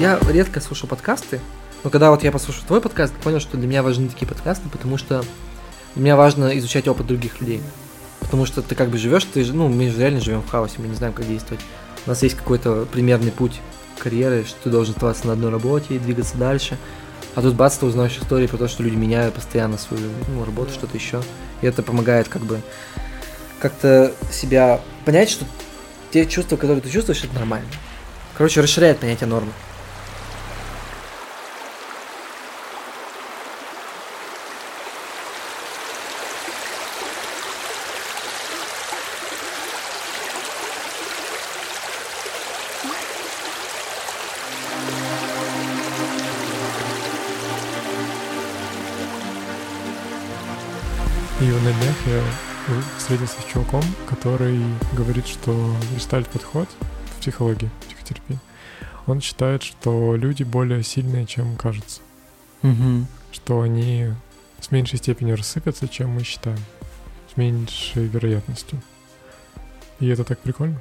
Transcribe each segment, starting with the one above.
Я редко слушаю подкасты, но когда вот я послушал твой подкаст, понял, что для меня важны такие подкасты, потому что для меня важно изучать опыт других людей. Потому что ты как бы живешь, мы же реально живем в хаосе, мы не знаем, как действовать. У нас есть какой-то примерный путь карьеры, что ты должен оставаться на одной работе и двигаться дальше. А тут бац, ты узнаешь истории про то, что люди меняют постоянно свою работу, что-то еще. И это помогает как бы как-то себя понять, что те чувства, которые ты чувствуешь, это нормально. Короче, расширяет понятие нормы. И на днях я встретился с чуваком, который говорит, что гештальт-подход в психологии, в психотерапии, он считает, что люди более сильные, чем кажется. Угу. Что они с меньшей степенью рассыпятся, чем мы считаем. С меньшей вероятностью. И это так прикольно.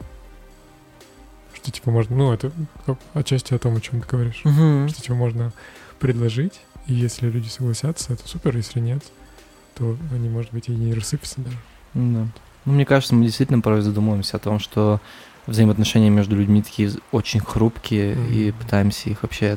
Что типа можно... это отчасти о том, о чем ты говоришь. Угу. Что типа можно предложить, и если люди согласятся, это супер, если нет, то они, может быть, и не рассыпятся даже. Да. Мне кажется, мы действительно порой задумываемся о том, что взаимоотношения между людьми такие очень хрупкие, и пытаемся их вообще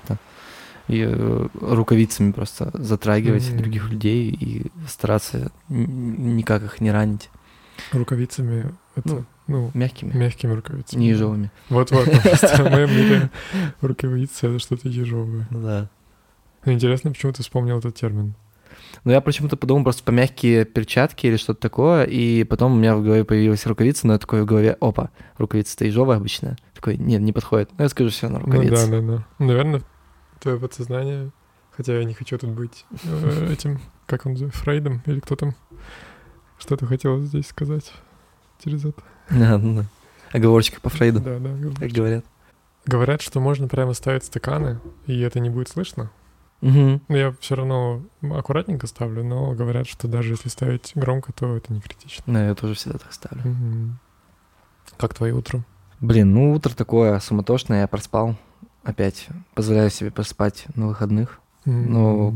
рукавицами просто затрагивать других людей и стараться никак их не ранить. Рукавицами это, мягкими рукавицами. Не ежовыми. Вот-вот, в моем мире рукавицы — это что-то ежовое. Да. Интересно, почему ты вспомнил этот термин? Я почему-то подумал просто по мягкие перчатки или что-то такое, и потом у меня в голове появилась рукавица, но я такой в голове, опа, рукавица-то ежовая обычная. Такой, нет, не подходит. Я скажу все на рукавице. Да. Наверное, твое подсознание, хотя я не хочу тут быть этим, как он называется, Фрейдом или кто там, что-то хотел здесь сказать через это. Да. Оговорочка по Фрейду. Да, как говорят. Говорят, что можно прямо ставить стаканы, и это не будет слышно. Угу. Я все равно аккуратненько ставлю, но говорят, что даже если ставить громко, то это не критично. Да, я тоже всегда так ставлю. Угу. Как твое утро? Утро такое суматошное, я проспал. Опять позволяю себе поспать на выходных. Но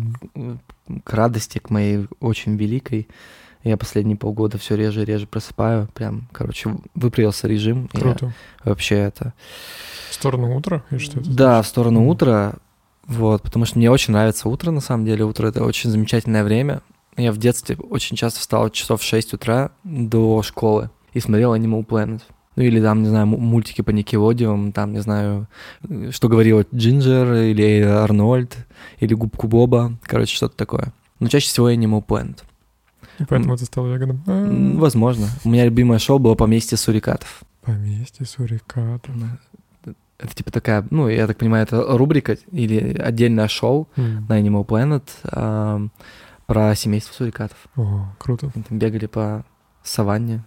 к радости, к моей очень великой, я последние полгода все реже и реже просыпаю. Прям, выправился режим. Круто. Вообще это... В сторону утра? Или что это? Да, в сторону утра. Потому что мне очень нравится утро, на самом деле. Утро — это очень замечательное время. Я в детстве очень часто встал часов в 6 утра до школы и смотрел Animal Planet. Или там, не знаю, мультики по Никелодеону, там, не знаю, что говорила Джинджер, или Арнольд, или Губку Боба. Что-то такое. Но чаще всего Animal Planet. И поэтому ты стал веганом? Возможно. У меня любимое шоу было «Поместье сурикатов». «Поместье сурикатов». Это типа такая, я так понимаю, это рубрика или отдельное шоу на Animal Planet про семейство сурикатов. О, круто. Они там бегали по саванне.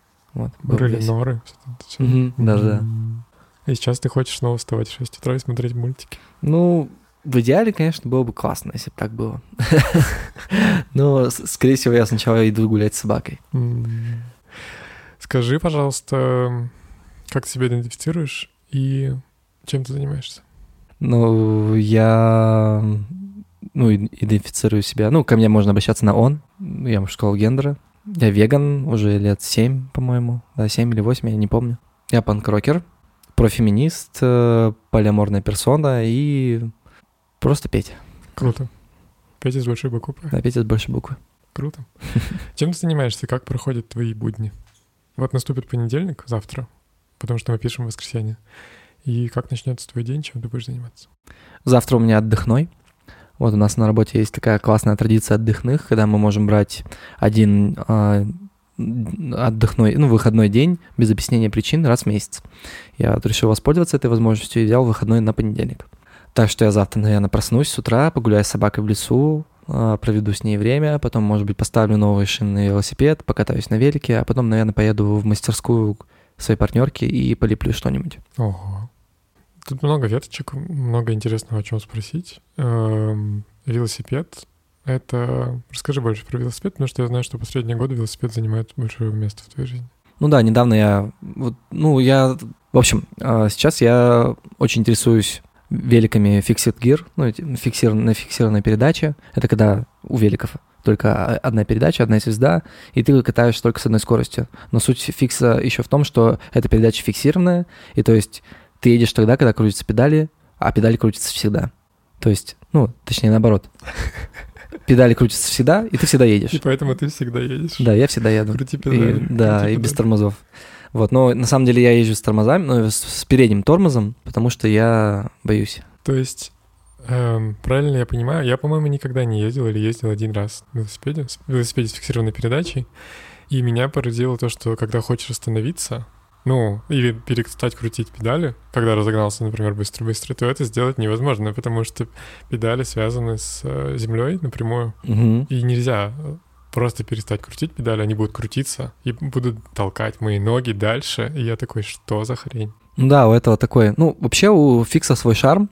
Рыли норы. Да. И сейчас ты хочешь снова вставать в 6 утра и смотреть мультики? В идеале, конечно, было бы классно, если бы так было. Но, скорее всего, я сначала иду гулять с собакой. Скажи, пожалуйста, как ты себя идентифицируешь и чем ты занимаешься? Я идентифицирую себя. Ко мне можно обращаться на «он». Я мужского гендера. Я веган уже лет 7, по-моему. Да, 7 или 8, я не помню. Я панк-рокер, профеминист, полиаморная персона и просто Петя. Круто. Петя с большой буквы. Да, Петя с большой буквы. Круто. Чем ты занимаешься? Как проходят твои будни? Вот наступит понедельник, завтра, потому что мы пишем в воскресенье. И как начнется твой день, чем ты будешь заниматься? Завтра у меня отдыхной. У нас на работе есть такая классная традиция отдыхных, когда мы можем брать один выходной день без объяснения причин раз в месяц. Я решил воспользоваться этой возможностью и взял выходной на понедельник. Так что я завтра, наверное, проснусь с утра, погуляю с собакой в лесу, проведу с ней время, потом, может быть, поставлю новые шины на велосипед, покатаюсь на велике, а потом, наверное, поеду в мастерскую своей партнерки и полеплю что-нибудь. Ого. Тут много веточек, много интересного, о чем спросить. Велосипед — это... Расскажи больше про велосипед, потому что я знаю, что последние годы велосипед занимает большое место в твоей жизни. Недавно я... В общем, сейчас я очень интересуюсь великами Fixed Gear, ну, фиксированная передача. Это когда у великов только одна передача, одна звезда, и ты катаешь только с одной скоростью. Но суть фикса еще в том, что эта передача фиксированная, и то есть ты едешь тогда, когда крутятся педали, а педали крутятся всегда. То есть, ну, точнее, наоборот. Педали крутятся всегда, и ты всегда едешь. И поэтому ты всегда едешь. Да, я всегда еду. Крути педали. Да, и без тормозов. Вот, но на самом деле я езжу с тормозами, ну, с передним тормозом, потому что я боюсь. То есть, правильно я понимаю, я, по-моему, никогда не ездил или ездил один раз в велосипеде с фиксированной передачей, и меня поразило то, что когда хочешь остановиться, ну, или перестать крутить педали, когда разогнался, например, быстро-быстро, то это сделать невозможно, потому что педали связаны с землей напрямую, и нельзя просто перестать крутить педали, они будут крутиться и будут толкать мои ноги дальше, и я такой, что за хрень? Да, у этого такой, ну, вообще у фикса свой шарм.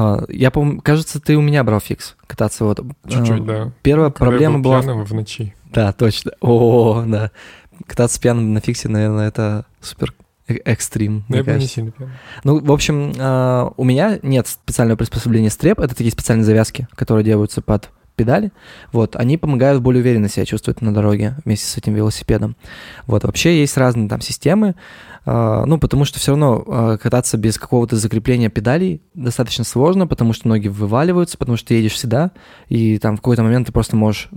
Я помню, кажется, ты у меня брал фикс кататься вот. Чуть-чуть, да. Первая когда проблема была в ночи. Да, точно. О, да. Кататься пьяным на фиксе, наверное, это супер экстрим. Но я был не сильно пьяный. Ну, в общем, у меня нет специального приспособления стреп. Это такие специальные завязки, которые делаются под педали. Вот, они помогают более уверенно себя чувствовать на дороге вместе с этим велосипедом. Вот, вообще есть разные там системы, ну, потому что все равно кататься без какого-то закрепления педалей достаточно сложно, потому что ноги вываливаются, потому что ты едешь всегда, и там в какой-то момент ты просто можешь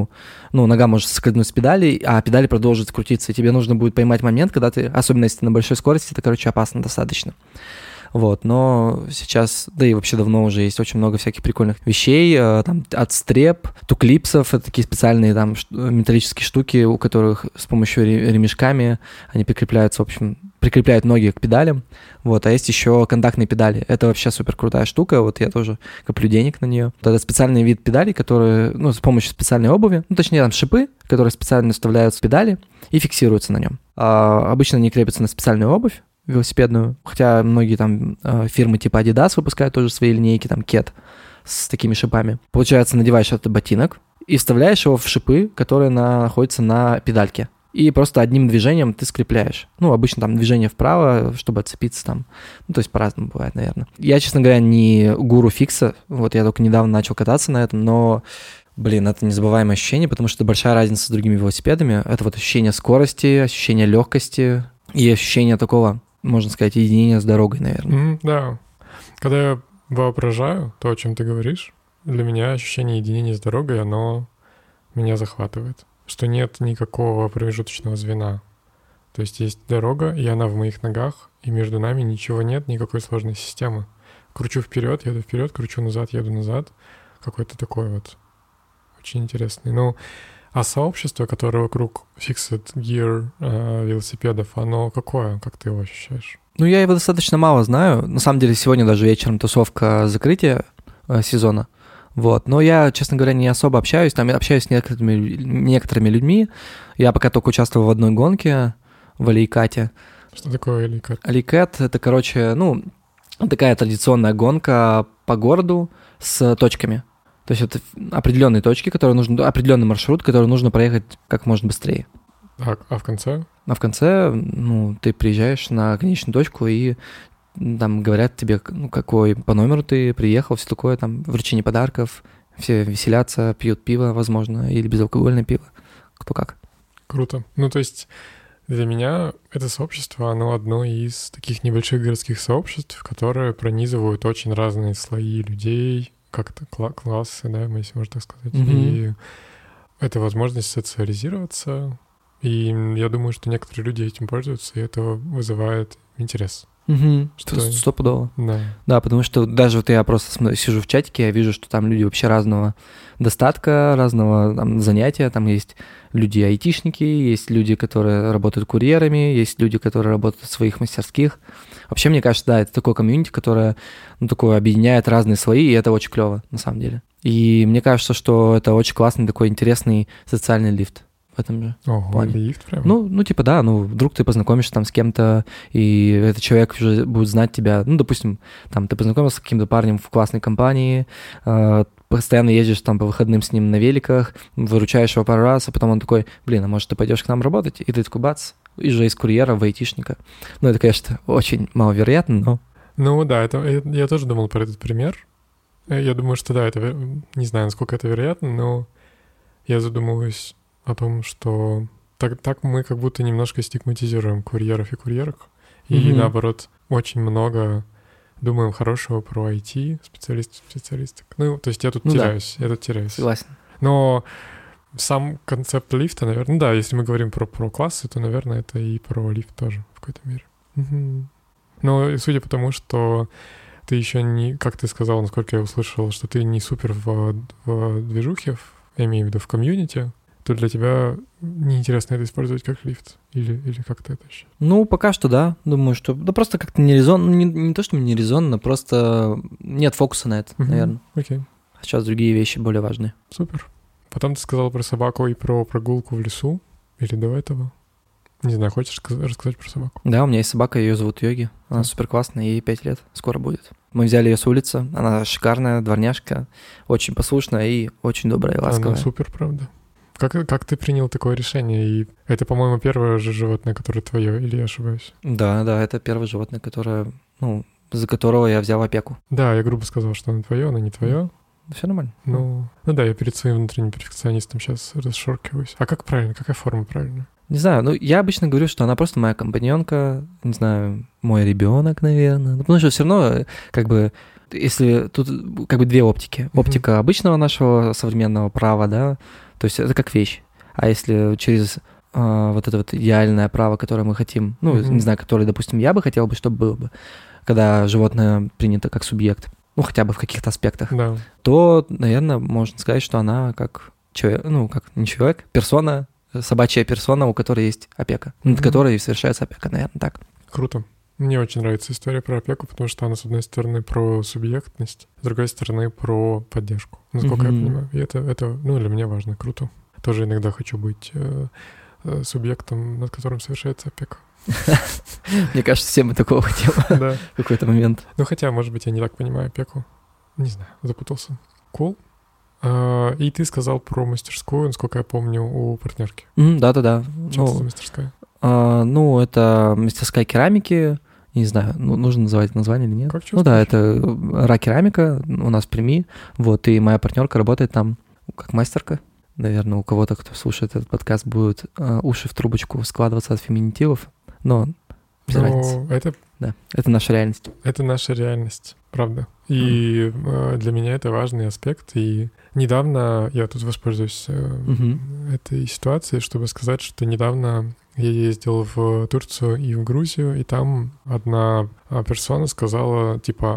нога может соскользнуть с педалей, а педали продолжат крутиться, и тебе нужно будет поймать момент, когда ты, особенно если ты на большой скорости, это, короче, опасно достаточно. Вот, но сейчас, да и вообще давно уже есть очень много всяких прикольных вещей, там, от стреп, туклипсов, это такие специальные там металлические штуки, у которых с помощью ремешками они прикрепляются, в общем, прикрепляют ноги к педалям, вот, а есть еще контактные педали, это вообще супер крутая штука, вот я тоже коплю денег на нее. Вот это специальный вид педалей, которые, ну, с помощью специальной обуви, ну, точнее, там шипы, которые специально вставляются в педали и фиксируются на нем. Обычно они крепятся на специальную обувь велосипедную, хотя многие там фирмы типа Adidas выпускают тоже свои линейки, там Ket с такими шипами. Получается, надеваешь этот ботинок и вставляешь его в шипы, которые находятся на педальке. И просто одним движением ты скрепляешь. Ну, обычно там движение вправо, чтобы отцепиться там. Ну, то есть по-разному бывает, наверное. Я, честно говоря, не гуру фикса. Вот я только недавно начал кататься на этом, но, блин, это незабываемое ощущение, потому что это большая разница с другими велосипедами. Это вот ощущение скорости, ощущение легкости и ощущение такого, можно сказать, единения с дорогой, наверное. Да. Когда я воображаю то, о чем ты говоришь, для меня ощущение единения с дорогой, оно меня захватывает. Что нет никакого промежуточного звена. То есть есть дорога, и она в моих ногах, и между нами ничего нет, никакой сложной системы. Кручу вперед, еду вперед, кручу назад, еду назад. Какой-то такой вот очень интересный. Ну, а сообщество, которое вокруг Fixed Gear велосипедов, оно какое? Как ты его ощущаешь? Ну, я его достаточно мало знаю. На самом деле, сегодня даже вечером тусовка закрытия сезона. Вот. Но я, честно говоря, не особо общаюсь. Там я общаюсь с некоторыми людьми. Я пока только участвовал в одной гонке в Алейкате. Что такое Алейкат? Алейкат — это, короче, ну, такая традиционная гонка по городу с точками. То есть это определенные точки, которые нужно, определенный маршрут, который нужно проехать как можно быстрее. А в конце? А в конце, ну, ты приезжаешь на конечную точку, и там говорят тебе, ну, какой по номеру ты приехал, все такое, там, вручение подарков, все веселятся, пьют пиво, возможно, или безалкогольное пиво, кто как. Круто. Ну, то есть для меня это сообщество, оно одно из таких небольших городских сообществ, которые пронизывают очень разные слои людей, как-то классы, да, если можно так сказать. И это возможность социализироваться. И я думаю, что некоторые люди этим пользуются, и это вызывает интерес. Стопудово. Да. Да, потому что даже вот я просто сижу в чатике, я вижу, что там люди вообще разного достатка, разного там занятия. Там есть люди-айтишники, есть люди, которые работают курьерами, есть люди, которые работают в своих мастерских. Вообще, мне кажется, да, это такое комьюнити, которое, ну, такое объединяет разные слои, и это очень клево, на самом деле. И мне кажется, что это очень классный такой интересный социальный лифт в этом же плане. Лифт прям? Ну, типа, да, ну, вдруг ты познакомишься там с кем-то, и этот человек уже будет знать тебя, ну, допустим, там, ты познакомился с каким-то парнем в классной компании, постоянно ездишь там по выходным с ним на великах, выручаешь его пару раз, а потом он такой, блин, а может, ты пойдешь к нам работать? И ты такой, бац, и же из курьера в айтишника. Ну, это, конечно, очень маловероятно, но... Ну да, я тоже думал про этот пример. Я думаю, что да, это не знаю, насколько это вероятно, но я задумываюсь о том, что так мы как будто немножко стигматизируем курьеров и курьерок, и наоборот, очень много думаем хорошего про IT, специалисток. Ну, то есть я тут теряюсь. Согласен. Но сам концепт лифта, наверное, да, если мы говорим про классы, то, наверное, это и про лифт тоже в какой-то мере. Но судя по тому, что ты еще не, как ты сказал, насколько я услышал, что ты не супер в движухе, я имею в виду в комьюнити, то для тебя неинтересно это использовать как лифт? Или как ты это ощущаешь? Ну, пока что да. Думаю, что... Да просто как-то нерезонно. Не то, что нерезонно, просто нет фокуса на это, наверное. Окей. Сейчас другие вещи более важные. Супер. Потом ты сказал про собаку и про прогулку в лесу. Или до этого? Не знаю, хочешь рассказать про собаку? Да, у меня есть собака, ее зовут Йоги. Она супер классная, ей 5 лет, скоро будет. Мы взяли ее с улицы, она шикарная, дворняжка, очень послушная и очень добрая и ласковая. Она супер, правда. Как ты принял такое решение? И это, по-моему, первое же животное, которое твое, или я ошибаюсь? Да, это первое животное, которое, за которого я взял опеку. Да, я грубо сказал, что оно твое, оно не твое. Все нормально. Ну да, я перед своим внутренним перфекционистом сейчас расшоркиваюсь. А как правильно? Какая форма правильная? Не знаю, я обычно говорю, что она просто моя компаньонка, не знаю, мой ребенок, наверное. Потому что все равно, если тут две оптики. Оптика обычного нашего современного права, да, то есть это как вещь. А если через вот это вот идеальное право, которое мы хотим, не знаю, которое, допустим, я бы хотел, чтобы было бы, когда животное принято как субъект, хотя бы в каких-то аспектах, то, наверное, можно сказать, что она как человек, не человек, персона, собачья персона, у которой есть опека, над которой совершается опека, наверное, так. Круто. Мне очень нравится история про опеку, потому что она, с одной стороны, про субъектность, с другой стороны, про поддержку, насколько я понимаю. И это для меня важно, круто. Тоже иногда хочу быть субъектом, над которым совершается опека. Мне кажется, все мы такого хотим в какой-то момент. Хотя, может быть, я не так понимаю опеку. Не знаю, запутался. Cool. И ты сказал про мастерскую, насколько я помню, у партнерки. Да. Что это за мастерская? Это мастерская керамики. Не знаю, нужно называть название или нет. Как чувствуешь? Это ра-керамика у нас в Перми. И моя партнерка работает там как мастерка. Наверное, у кого-то, кто слушает этот подкаст, будут уши в трубочку складываться от феминитивов. Но без разницы. Это наша реальность. Это наша реальность, правда. И для меня это важный аспект. И недавно я тут воспользуюсь этой ситуацией, чтобы сказать, что недавно я ездил в Турцию и в Грузию, и там одна персона сказала,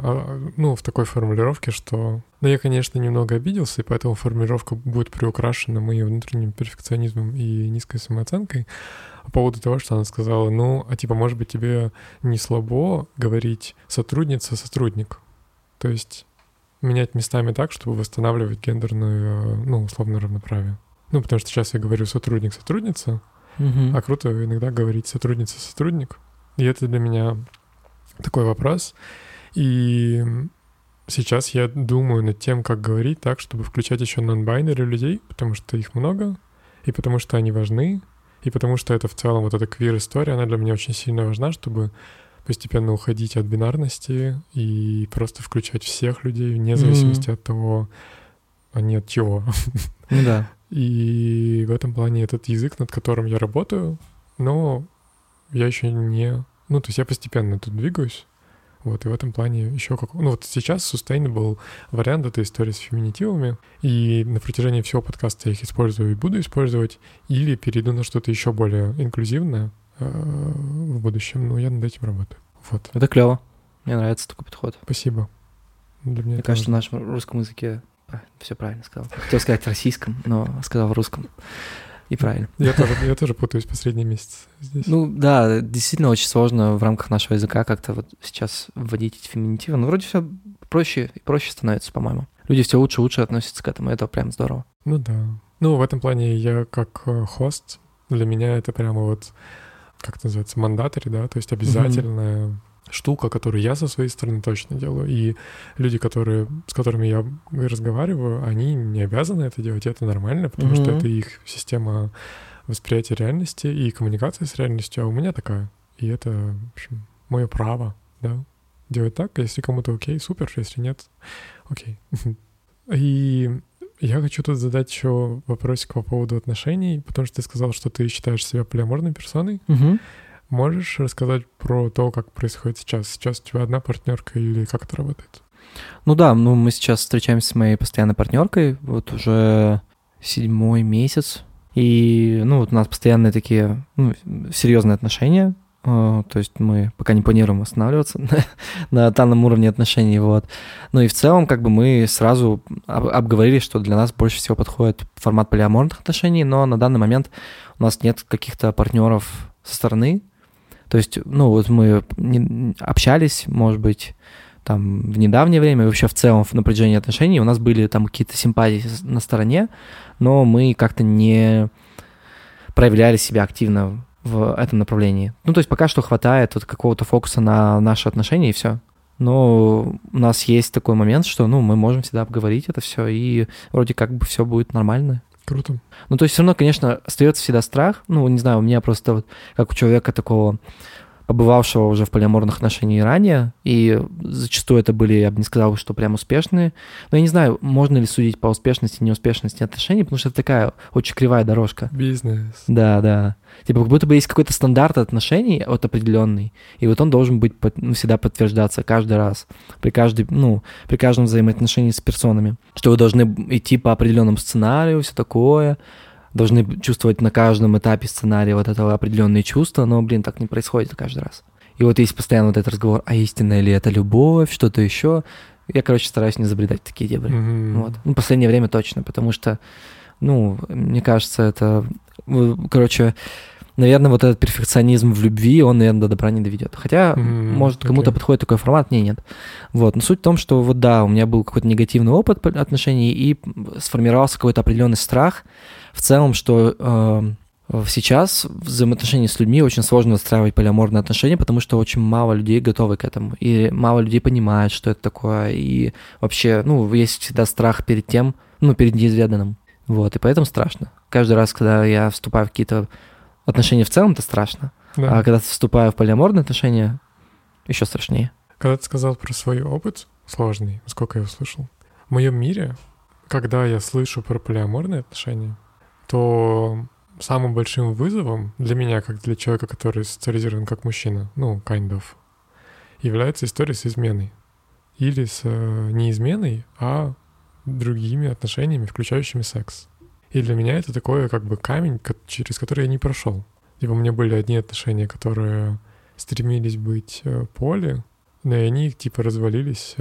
в такой формулировке, что... я, конечно, немного обиделся, и поэтому формулировка будет приукрашена моим внутренним перфекционизмом и низкой самооценкой по поводу того, что она сказала, может быть, тебе не слабо говорить сотрудница-сотрудник. То есть менять местами так, чтобы восстанавливать гендерное, условно, равноправие. Потому что сейчас я говорю сотрудник-сотрудница, а круто иногда говорить сотрудница-сотрудник. И это для меня такой вопрос. И сейчас я думаю над тем, как говорить так, чтобы включать еще нон-байнери людей, потому что их много, и потому что они важны, и потому что это в целом вот эта квир-история, она для меня очень сильно важна, чтобы постепенно уходить от бинарности и просто включать всех людей, вне зависимости от того, они от чего. Да. И в этом плане этот язык, над которым я работаю, но я еще не... то есть я постепенно тут двигаюсь. И в этом плане еще сейчас sustainable вариант этой истории с феминитивами, и на протяжении всего подкаста я их использую и буду использовать, или перейду на что-то еще более инклюзивное в будущем, но я над этим работаю. Это клево. Мне нравится такой подход. Спасибо. Мне кажется, в нашем русском языке... Все правильно сказал. Хотел сказать в российском, но сказал в русском. И правильно. Я тоже путаюсь последний месяц здесь. Действительно очень сложно в рамках нашего языка как-то сейчас вводить эти феминитивы. Вроде все проще и проще становится, по-моему. Люди все лучше и лучше относятся к этому, это прям здорово. Да. В этом плане я как хост, для меня это прямо как это называется, мандатори, да, то есть обязательная штука, которую я со своей стороны точно делаю. И люди, с которыми я разговариваю, они не обязаны это делать, и это нормально, потому что это их система восприятия реальности и коммуникации с реальностью, а у меня такая. И это, в общем, мое право, да. делать так, если кому-то окей, супер, если нет, окей. И я хочу тут задать еще вопросик по поводу отношений, потому что ты сказал, что ты считаешь себя полиаморной персоной. Можешь рассказать про то, как происходит сейчас? Сейчас у тебя одна партнерка или как это работает? Мы сейчас встречаемся с моей постоянной партнеркой, вот уже 7-й месяц. И, у нас постоянные такие, серьезные отношения. То есть мы пока не планируем останавливаться на данном уровне отношений, вот. И в целом, мы сразу обговорили, что для нас больше всего подходит формат полиаморных отношений, но на данный момент у нас нет каких-то партнеров со стороны. То есть, мы общались, может быть, там в недавнее время, и вообще в целом на протяжении отношений у нас были там какие-то симпатии на стороне, но мы как-то не проявляли себя активно в этом направлении. То есть пока что хватает вот какого-то фокуса на наши отношения, и все. Но у нас есть такой момент, что, мы можем всегда обговорить это все, и вроде как бы все будет нормально. Круто. То есть все равно, конечно, остается всегда страх. Не знаю, у меня просто вот, как у человека такого, побывавшего уже в полиаморных отношениях ранее, и зачастую это были, я бы не сказал, что прям успешные. Но я не знаю, можно ли судить по успешности и неуспешности отношений, потому что это такая очень кривая дорожка. Бизнес. Да. Типа как будто бы есть какой-то стандарт отношений вот определенный, и вот он должен быть всегда подтверждаться каждый раз, при каждом взаимоотношении с персонами, что вы должны идти по определенному сценарию, все такое, должны чувствовать на каждом этапе сценария вот этого определенные чувства, но, так не происходит каждый раз. И вот есть постоянно вот этот разговор, а истинная ли это любовь, что-то еще. Я, стараюсь не забредать в такие дебри. Вот. В последнее время точно, потому что, мне кажется, это, наверное, вот этот перфекционизм в любви, он, наверное, до добра не доведет. Хотя, может, кому-то подходит такой формат, мне нет. Вот. Но суть в том, что у меня был какой-то негативный опыт отношений, и сформировался какой-то определенный страх в целом, что сейчас в взаимоотношении с людьми очень сложно выстраивать полиаморные отношения, потому что очень мало людей готовы к этому, и мало людей понимают, что это такое, и вообще, есть всегда страх перед тем, перед неизведанным. Вот, и поэтому страшно. Каждый раз, когда я вступаю в какие-то отношения в целом, это страшно. Да. А когда вступаю в полиаморные отношения, еще страшнее. Когда ты сказал про свой опыт сложный, насколько я услышал, в моем мире, когда я слышу про полиаморные отношения, то самым большим вызовом для меня, как для человека, который социализирован как мужчина, kind of, является история с изменой. Или с не изменой, а другими отношениями, включающими секс. И для меня это такой камень, через который я не прошел. Типа у меня были одни отношения, которые стремились быть поли, но и они развалились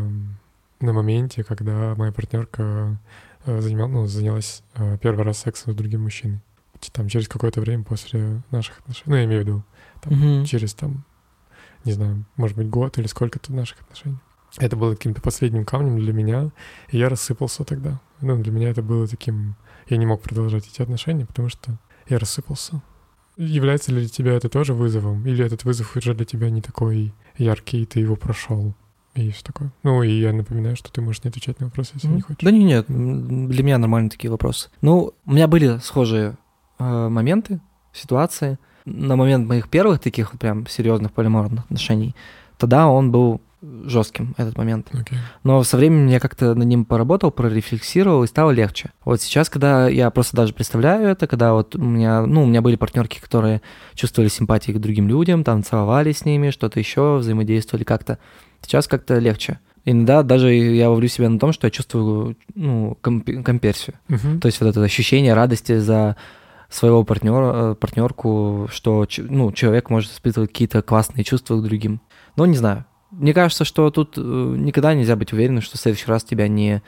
на моменте, когда моя партнерка занялась первый раз сексом с другим мужчиной. Там через какое-то время после наших отношений. Я имею в виду, через не знаю, может быть, год или сколько-то наших отношений. Это было каким-то последним камнем для меня, и я рассыпался тогда. Для меня это было таким... Я не мог продолжать эти отношения, потому что я рассыпался. Является ли для тебя это тоже вызовом? Или этот вызов уже для тебя не такой яркий, и ты его прошел? И все такое. И я напоминаю, что ты можешь не отвечать на вопросы, если не хочешь. Да нет, для меня нормальные такие вопросы. У меня были схожие моменты, ситуации. На момент моих первых таких прям серьезных полиаморных отношений, тогда он был жестким, этот момент. Okay. Но со временем я как-то над ним поработал, прорефлексировал, и стало легче. Вот сейчас, когда я просто даже представляю это, когда вот у меня были партнерки, которые чувствовали симпатии к другим людям, там целовались с ними, что-то еще, взаимодействовали как-то. Сейчас как-то легче. Иногда даже я ловлю себя на том, что я чувствую, комперсию. То есть вот это ощущение радости за своего партнерку, что, человек может испытывать какие-то классные чувства к другим. Но не знаю. Мне кажется, что тут никогда нельзя быть уверенным, что в следующий раз тебя не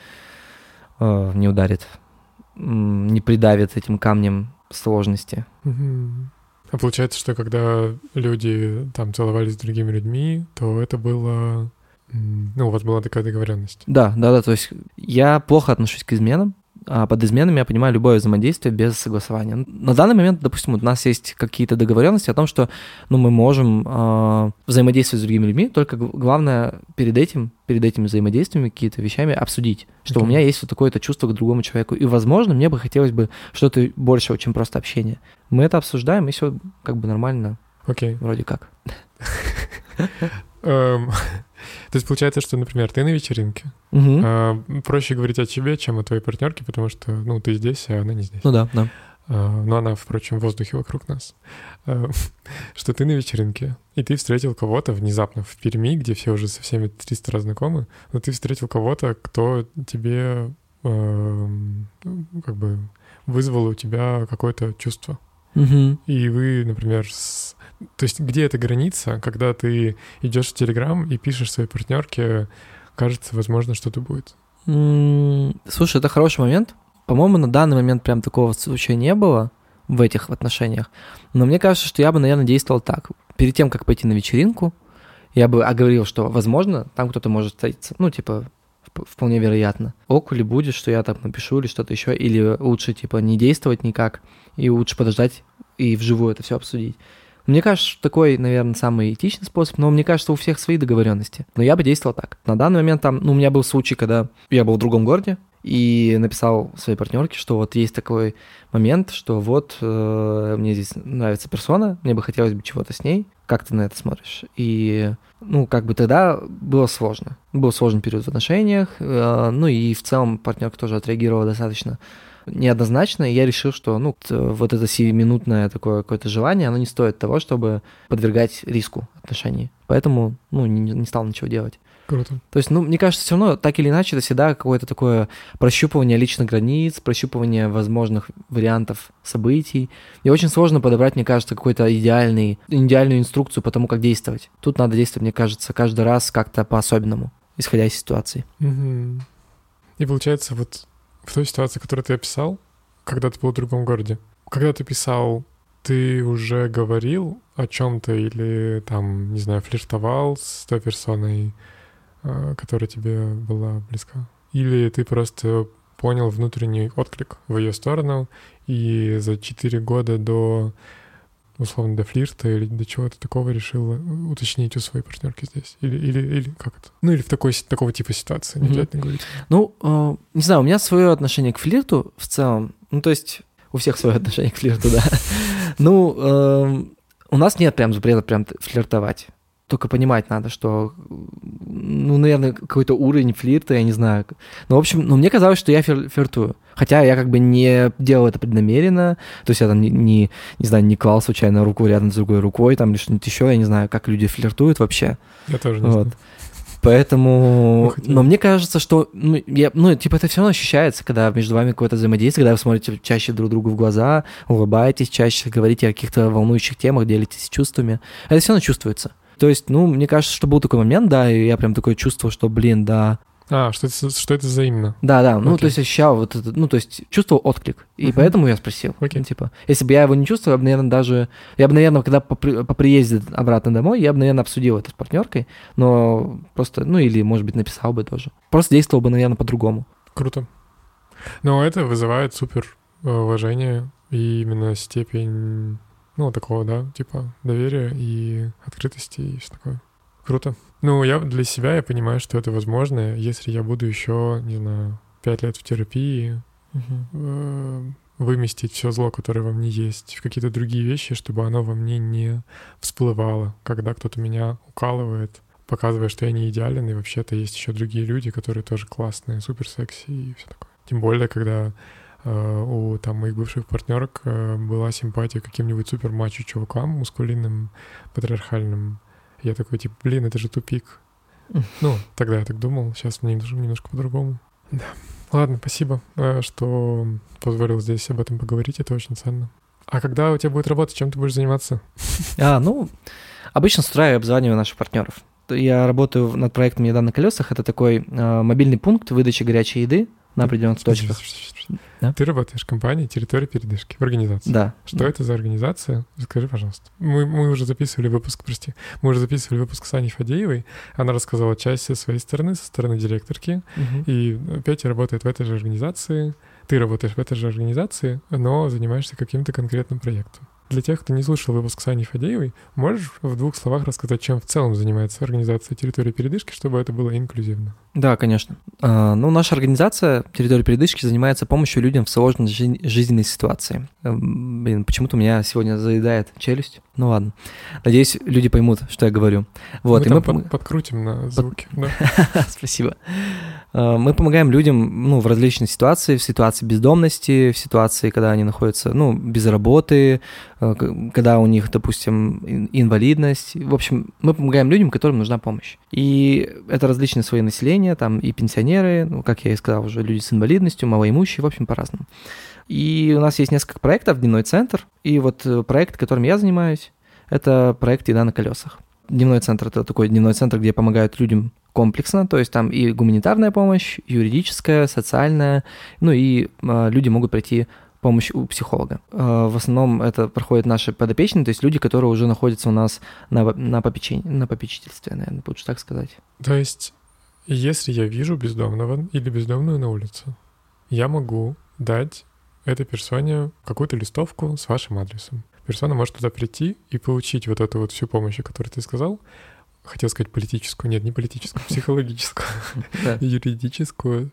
ударит, не придавит этим камнем сложности. А получается, что когда люди там целовались с другими людьми, то это было... у вас была такая договоренность. Да, то есть я плохо отношусь к изменам, а под изменами я понимаю любое взаимодействие без согласования. На данный момент, допустим, у нас есть какие-то договоренности о том, что мы можем взаимодействовать с другими людьми, только главное перед этими взаимодействиями, какими-то вещами обсудить, что у меня есть вот такое-то чувство к другому человеку. И, возможно, мне бы хотелось бы что-то большего, чем просто общение. Мы это обсуждаем, и все нормально. Окей. Вроде как. То есть получается, что, например, ты на вечеринке. Проще говорить о тебе, чем о твоей партнерке, потому что, ну, ты здесь, а она не здесь. Ну да. Но она, впрочем, в воздухе вокруг нас. Что ты на вечеринке, и ты встретил кого-то внезапно в Перми, где все уже со всеми 300 раз знакомы, но ты встретил кого-то, кто тебе как бы вызвал у тебя какое-то чувство. И вы, например, то есть где эта граница, когда ты идешь в Телеграм и пишешь своей партнерке, кажется, возможно, что-то будет? Слушай, это хороший момент. По-моему, на данный момент прям такого случая не было в этих отношениях. Но мне кажется, что я бы, наверное, действовал так. Перед тем, как пойти на вечеринку, я бы оговорил, что, возможно, там кто-то может встретиться. Ну, типа, вполне вероятно. Ок ли будет, что я там напишу или что-то еще, или лучше, типа, не действовать никак, и лучше подождать и вживую это все обсудить. Мне кажется, что такой, наверное, самый этичный способ, но мне кажется, у всех свои договоренности. Но я бы действовал так. На данный момент там, у меня был случай, когда я был в другом городе, и написал своей партнерке, что вот есть такой момент, что вот мне здесь нравится персона, мне бы хотелось бы чего-то с ней, как ты на это смотришь? И, как бы тогда было сложно. Был сложный период в отношениях, и в целом партнерка тоже отреагировала достаточно неоднозначно, и я решил, что, вот это сиюминутное такое какое-то желание, оно не стоит того, чтобы подвергать риску отношений. Поэтому, не стал ничего делать. Круто. То есть, мне кажется, все равно, так или иначе, это всегда какое-то такое прощупывание личных границ, прощупывание возможных вариантов событий. И очень сложно подобрать, мне кажется, какую-то идеальную инструкцию по тому, как действовать. Тут надо действовать, мне кажется, каждый раз как-то по-особенному, исходя из ситуации. Угу. И получается, вот в той ситуации, которую ты описал, когда ты был в другом городе, когда ты писал, ты уже говорил о чем-то или там, не знаю, флиртовал с той персоной, которая тебе была близка? Или ты просто понял внутренний отклик в ее сторону и за 4 года до флирта или до чего-то такого решил уточнить у своей партнерки здесь? Или как это? Или в такого типа ситуации, не обязательно говорить. Не знаю, у меня свое отношение к флирту в целом. То есть у всех свое отношение к флирту, да. У нас нет прям запрета прям флиртовать. Только понимать надо, что, наверное, какой-то уровень флирта, я не знаю. В общем, мне казалось, что я флиртую. Хотя я как бы не делал это преднамеренно. То есть я там не клал случайно руку рядом с другой рукой, там или что-нибудь еще. Я не знаю, как люди флиртуют вообще. Я тоже не знаю. Поэтому... Но мне кажется, что... это все равно ощущается, когда между вами какое-то взаимодействие, когда вы смотрите чаще друг другу в глаза, улыбаетесь чаще, говорите о каких-то волнующих темах, делитесь чувствами. Это все равно чувствуется. То есть, мне кажется, что был такой момент, да, и я прям такое чувствовал, что, да. Что это взаимно. Да, то есть ощущал вот это, то есть чувствовал отклик, и поэтому я спросил. Если бы я его не чувствовал, я бы, наверное, когда по приезде обратно домой, я бы, наверное, обсудил это с партнеркой, но просто, или, может быть, написал бы тоже. Просто действовал бы, наверное, по-другому. Круто. Но это вызывает супер уважение и именно степень... такого, да, типа доверия и открытости и все такое. Круто. Я для себя, я понимаю, что это возможно, если я буду еще, не знаю, 5 лет в терапии, выместить все зло, которое во мне есть, в какие-то другие вещи, чтобы оно во мне не всплывало, когда кто-то меня укалывает, показывая, что я не идеален, и вообще-то есть еще другие люди, которые тоже классные, супер секси и все такое. Тем более, когда у моих бывших партнерок была симпатия к каким-нибудь супер мачо чувакам, мускулинным, патриархальным. Я такой, это же тупик. Тогда я так думал, сейчас мне немножко по-другому. Да. Ладно, спасибо, что позволил здесь об этом поговорить, это очень ценно. А когда у тебя будет работа, чем ты будешь заниматься? Обычно с утра я обзваниваю наших партнеров. Я работаю над проектом «Еда на колесах». Это такой мобильный пункт выдачи горячей еды на определенных точках. Да? Ты работаешь в компании «Территория передышки», в организации. Да. Что это за организация? Скажи, пожалуйста. Мы уже записывали выпуск с Аней Фадеевой. Она рассказала часть со своей стороны, со стороны директорки. И Петя работает в этой же организации. Ты работаешь в этой же организации, но занимаешься каким-то конкретным проектом. Для тех, кто не слушал выпуск с Аней Фадеевой, можешь в 2 словах рассказать, чем в целом занимается организация территории передышки, чтобы это было инклюзивно? Да, конечно. Наша организация «Территория передышки» занимается помощью людям в сложной жизненной ситуации. Почему-то у меня сегодня заедает челюсть. Ну ладно. Надеюсь, люди поймут, что я говорю. Вот, мы подкрутим на звуки. Спасибо. Мы помогаем людям в различных ситуациях, в ситуации бездомности, в ситуации, когда они находятся без работы, когда у них, допустим, инвалидность. В общем, мы помогаем людям, которым нужна помощь. И это различные слои населения, там и пенсионеры, как я и сказал уже, люди с инвалидностью, малоимущие, в общем, по-разному. И у нас есть несколько проектов, дневной центр, и вот проект, которым я занимаюсь, это проект «Еда на колесах». Дневной центр – это такой дневной центр, где помогают людям комплексно, то есть там и гуманитарная помощь, юридическая, социальная, и люди могут пройти помощь у психолога. В основном это проходят наши подопечные, то есть люди, которые уже находятся у нас на попечительстве, наверное, лучше так сказать. То есть, если я вижу бездомного или бездомную на улице, я могу дать этой персоне какую-то листовку с вашим адресом. Персона может туда прийти и получить вот эту вот всю помощь, о которой ты сказал. Хотел сказать политическую, нет, не политическую, психологическую, юридическую,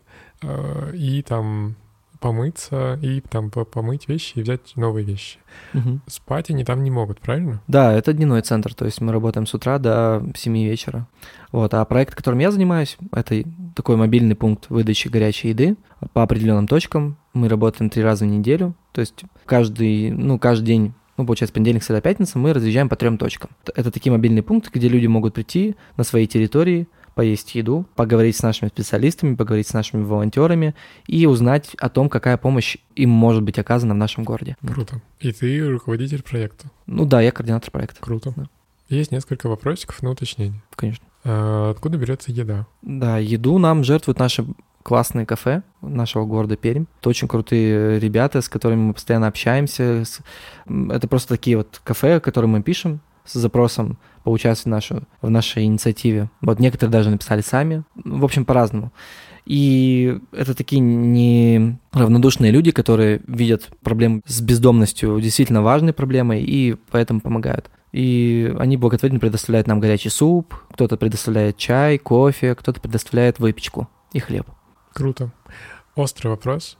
и там помыться, и там помыть вещи и взять новые вещи. Спать они там не могут, правильно? Да, это дневной центр, то есть мы работаем с утра до 7 вечера. Вот, а проект, которым я занимаюсь, это такой мобильный пункт выдачи горячей еды по определенным точкам. Мы работаем 3 раза в неделю, то есть каждый день, получается, понедельник, среда, пятница, мы разъезжаем по 3 точкам. Это такие мобильные пункты, где люди могут прийти на своей территории, поесть еду, поговорить с нашими специалистами, поговорить с нашими волонтерами и узнать о том, какая помощь им может быть оказана в нашем городе. Круто. И ты руководитель проекта? Да, я координатор проекта. Круто. Да. Есть несколько вопросиков на уточнение. Конечно. Откуда берется еда? Да, еду нам жертвуют наши классные кафе нашего города Пермь. Это очень крутые ребята, с которыми мы постоянно общаемся. Это просто такие вот кафе, которые мы пишем с запросом поучаствовать в нашей инициативе. Вот некоторые даже написали сами. В общем, по-разному. И это такие неравнодушные люди, которые видят проблему с бездомностью действительно важной проблемой и поэтому помогают. И они благотворительно предоставляют нам горячий суп, кто-то предоставляет чай, кофе, кто-то предоставляет выпечку и хлеб. Круто. Острый вопрос.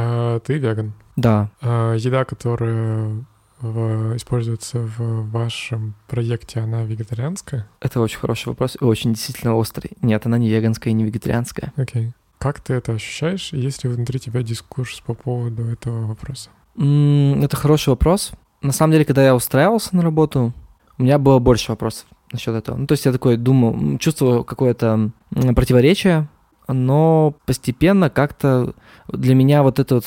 Ты веган? Да. Еда, которая используется в вашем проекте, она вегетарианская? Это очень хороший вопрос и очень действительно острый. Нет, она не веганская и не вегетарианская. Окей. Как ты это ощущаешь? Есть ли внутри тебя дискурс по поводу этого вопроса? Это хороший вопрос. На самом деле, когда я устраивался на работу, у меня было больше вопросов насчет этого. То есть я такой думал, чувствовал какое-то противоречие, но постепенно как-то для меня вот этот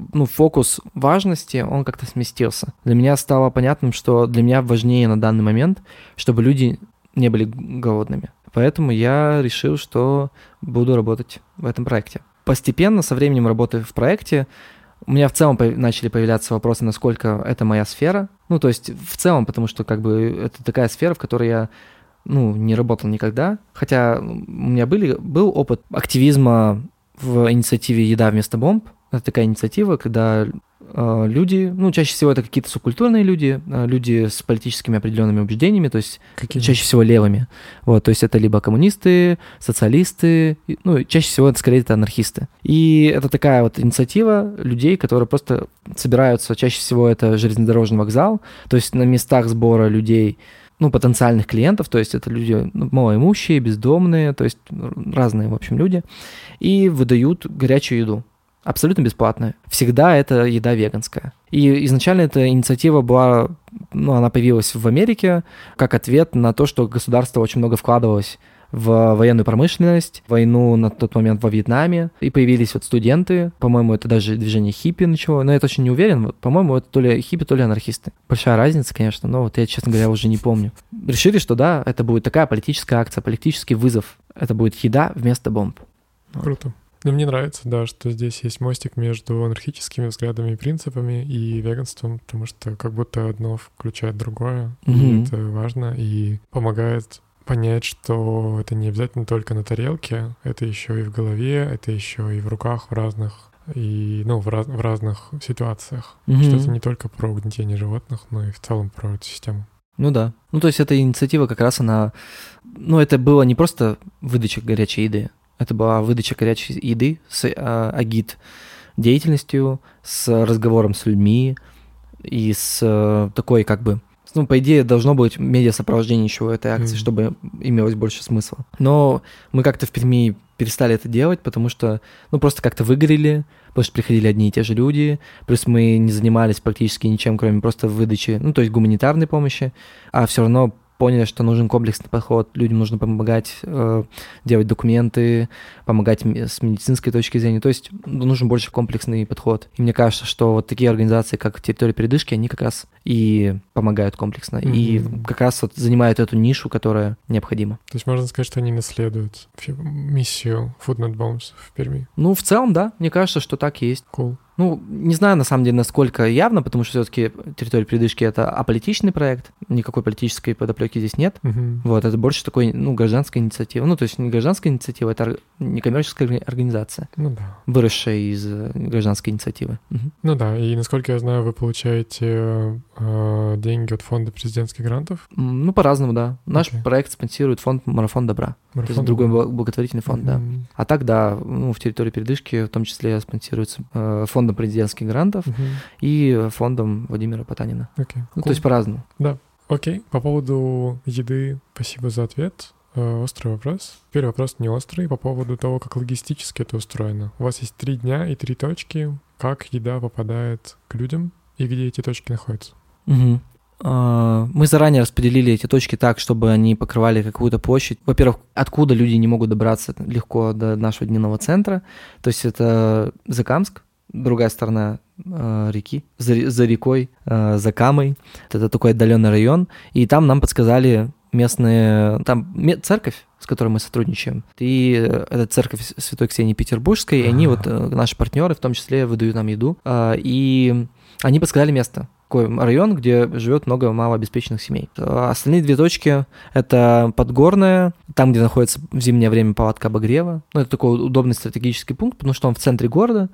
фокус важности, он как-то сместился. Для меня стало понятным, что для меня важнее на данный момент, чтобы люди не были голодными. Поэтому я решил, что буду работать в этом проекте. Постепенно, со временем работы в проекте, у меня в целом начали появляться вопросы, насколько это моя сфера. То есть в целом, потому что это такая сфера, в которой я не работал никогда. Хотя у меня был опыт активизма в инициативе «Еда вместо бомб». Это такая инициатива, когда люди, чаще всего это какие-то субкультурные люди, люди с политическими определенными убеждениями, то есть чаще всего левыми. Вот, то есть это либо коммунисты, социалисты, чаще всего это скорее это анархисты. И это такая вот инициатива людей, которые просто собираются, чаще всего это железнодорожный вокзал, то есть на местах сбора людей, потенциальных клиентов, то есть это люди малоимущие, бездомные, то есть разные, в общем, люди, и выдают горячую еду. Абсолютно бесплатная. Всегда это еда веганская. И изначально эта инициатива была, она появилась в Америке как ответ на то, что государство очень много вкладывалось в военную промышленность, войну на тот момент во Вьетнаме, и появились вот студенты, по-моему, это даже движение хиппи начало, но я точно не уверен, по-моему, это то ли хиппи, то ли анархисты. Большая разница, конечно, но вот я, честно говоря, уже не помню. Решили, что да, это будет такая политическая акция, политический вызов, это будет еда вместо бомб. Круто. Мне нравится, да, что здесь есть мостик между анархическими взглядами и принципами и веганством, потому что как будто одно включает другое, и это важно, и помогает понять, что это не обязательно только на тарелке, это еще и в голове, это еще и в руках, в разных и, ну, в разных ситуациях. Мгм. Что это не только про угнетение животных, но и в целом про эту систему. Ну да. Ну, то есть эта инициатива как раз она... Ну, это было не просто выдача горячей еды, это была выдача горячей еды с агит деятельностью, с разговором с людьми и с такой как бы... Ну, по идее, должно быть медиасопровождение еще этой акции, чтобы имелось больше смысла. Но мы как-то в Перми перестали это делать, потому что, ну, просто как-то выгорели, потому что приходили одни и те же люди, плюс мы не занимались практически ничем, кроме просто выдачи, ну, то есть гуманитарной помощи, а все равно поняли, что нужен комплексный подход, людям нужно помогать делать документы, помогать с медицинской точки зрения, то есть нужен больше комплексный подход. И мне кажется, что вот такие организации, как «Территория передышки», они как раз и помогают комплексно, и как раз вот занимают эту нишу, которая необходима. То есть можно сказать, что они наследуют миссию Food Not Bombs в Перми? Ну, в целом, да, мне кажется, что так и есть. Cool. Ну, не знаю, на самом деле, насколько явно, потому что все-таки «Территория передышки» — это аполитичный проект, никакой политической подоплеки здесь нет. Вот, это больше такой, ну, гражданская инициатива. Ну, то есть не гражданская инициатива, это некоммерческая организация, выросшая из гражданской инициативы. Ну да, и насколько я знаю, вы получаете деньги от фонда президентских грантов? Ну, по-разному, да. Наш проект спонсирует фонд «Марафон добра». То есть другой благотворительный фонд, да. А так, да, ну, в «Территории передышки» в том числе спонсируется фондом президентских грантов и фондом Владимира Потанина. Ну, то есть по-разному. Да, окей. По поводу еды, спасибо за ответ. Острый вопрос. Первый вопрос не острый, по поводу того, как логистически это устроено. У вас есть 3 дня и 3 точки. Как еда попадает к людям и где эти точки находятся? Мы заранее распределили эти точки так, чтобы они покрывали какую-то площадь. Во-первых, откуда люди не могут добраться легко до нашего дневного центра. То есть это Закамск, другая сторона реки, за рекой, за Камой. Это такой отдаленный район. И там нам подсказали местные... Там церковь, с которой мы сотрудничаем. И это церковь Святой Ксении Петербургской. И они, вот наши партнеры, в том числе, выдают нам еду. И они подсказали место. Такой район, где живет много малообеспеченных семей. Остальные 2 точки — это Подгорная, там, где находится в зимнее время палатка обогрева. Ну, это такой удобный стратегический пункт, потому что он в центре города.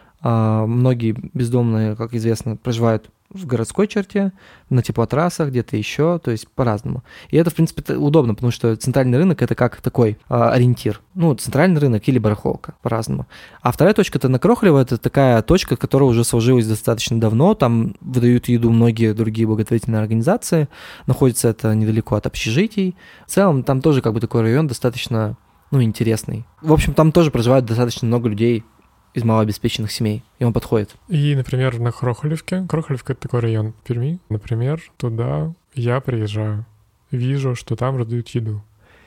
Многие бездомные, как известно, проживают в городской черте, на теплотрассах, где-то еще, то есть по-разному. И это, в принципе, удобно, потому что центральный рынок — это как такой ориентир. Ну, центральный рынок или барахолка, по-разному. А вторая точка — это на Крохолево, это такая точка, которая уже сложилась достаточно давно, там выдают еду многие другие благотворительные организации, находится это недалеко от общежитий. В целом, там тоже как бы такой район достаточно, ну, интересный. В общем, там тоже проживает достаточно много людей из малообеспеченных семей, и он подходит. И, например, на Крохолевке, Крохолевка — это такой район Перми, например, туда я приезжаю, вижу, что там раздают еду.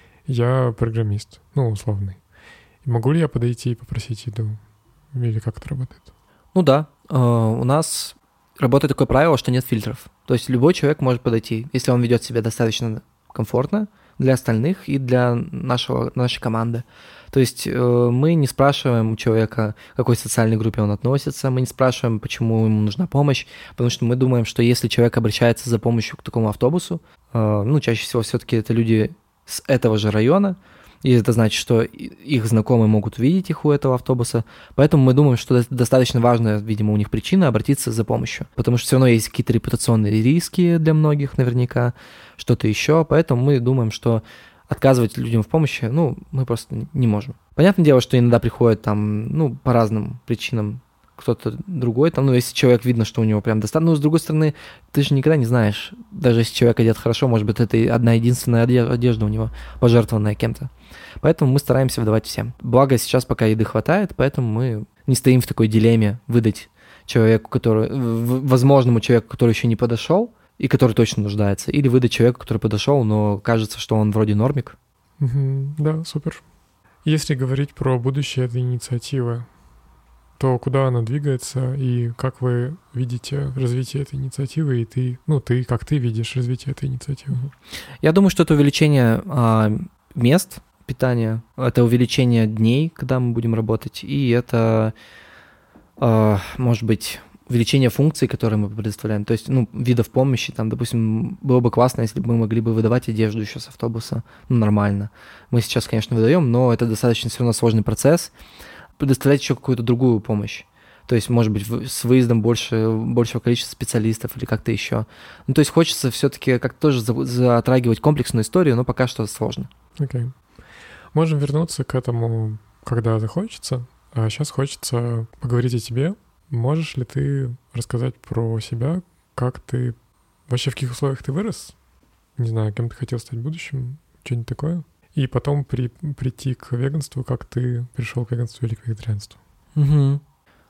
Я программист, ну, условный. Могу ли я подойти и попросить еду? Или как это работает? Ну да, у нас работает такое правило, что нет фильтров. То есть любой человек может подойти, если он ведет себя достаточно комфортно для остальных и для нашей команды. То есть мы не спрашиваем у человека, к какой социальной группе он относится, мы не спрашиваем, почему ему нужна помощь, потому что мы думаем, что если человек обращается за помощью к такому автобусу, ну, чаще всего все-таки это люди с этого же района, и это значит, что их знакомые могут увидеть их у этого автобуса, поэтому мы думаем, что это достаточно важная, видимо, у них причина обратиться за помощью, потому что все равно есть какие-то репутационные риски для многих наверняка, что-то еще, поэтому мы думаем, что отказывать людям в помощи, ну, мы просто не можем. Понятное дело, что иногда приходят там, ну, по разным причинам кто-то другой, там, ну, если человек видно, что у него прям достаточно, ну, с другой стороны, ты же никогда не знаешь, даже если человек одет хорошо, может быть, это одна единственная одежда у него, пожертвованная кем-то. Поэтому мы стараемся выдавать всем. Благо, сейчас пока еды хватает, поэтому мы не стоим в такой дилемме выдать человеку, возможному человеку, который еще не подошел, и который точно нуждается, или выдать человеку, который подошел, но кажется, что он вроде нормик. Да, супер. Если говорить про будущее этой инициативы, то куда она двигается, и как вы видите развитие этой инициативы, и как ты видишь развитие этой инициативы? Я думаю, что это увеличение мест питания, это увеличение дней, когда мы будем работать, и это, может быть, увеличение функций, которые мы предоставляем, то есть, ну, видов помощи, там, допустим, было бы классно, если бы мы могли бы выдавать одежду еще с автобуса, ну, нормально. Мы сейчас, конечно, выдаем, но это достаточно все равно сложный процесс, предоставлять еще какую-то другую помощь. То есть, может быть, с выездом большего количества специалистов или как-то еще. Ну, то есть хочется все-таки как-то тоже затрагивать комплексную историю, но пока что сложно. Окей. Можем вернуться к этому, когда захочется. А сейчас хочется поговорить о тебе. Можешь ли ты рассказать про себя, как ты... Вообще, в каких условиях ты вырос? Не знаю, кем ты хотел стать в будущем, что-нибудь такое. И потом прийти к веганству, как ты пришел к веганству или к вегетарианству. Угу.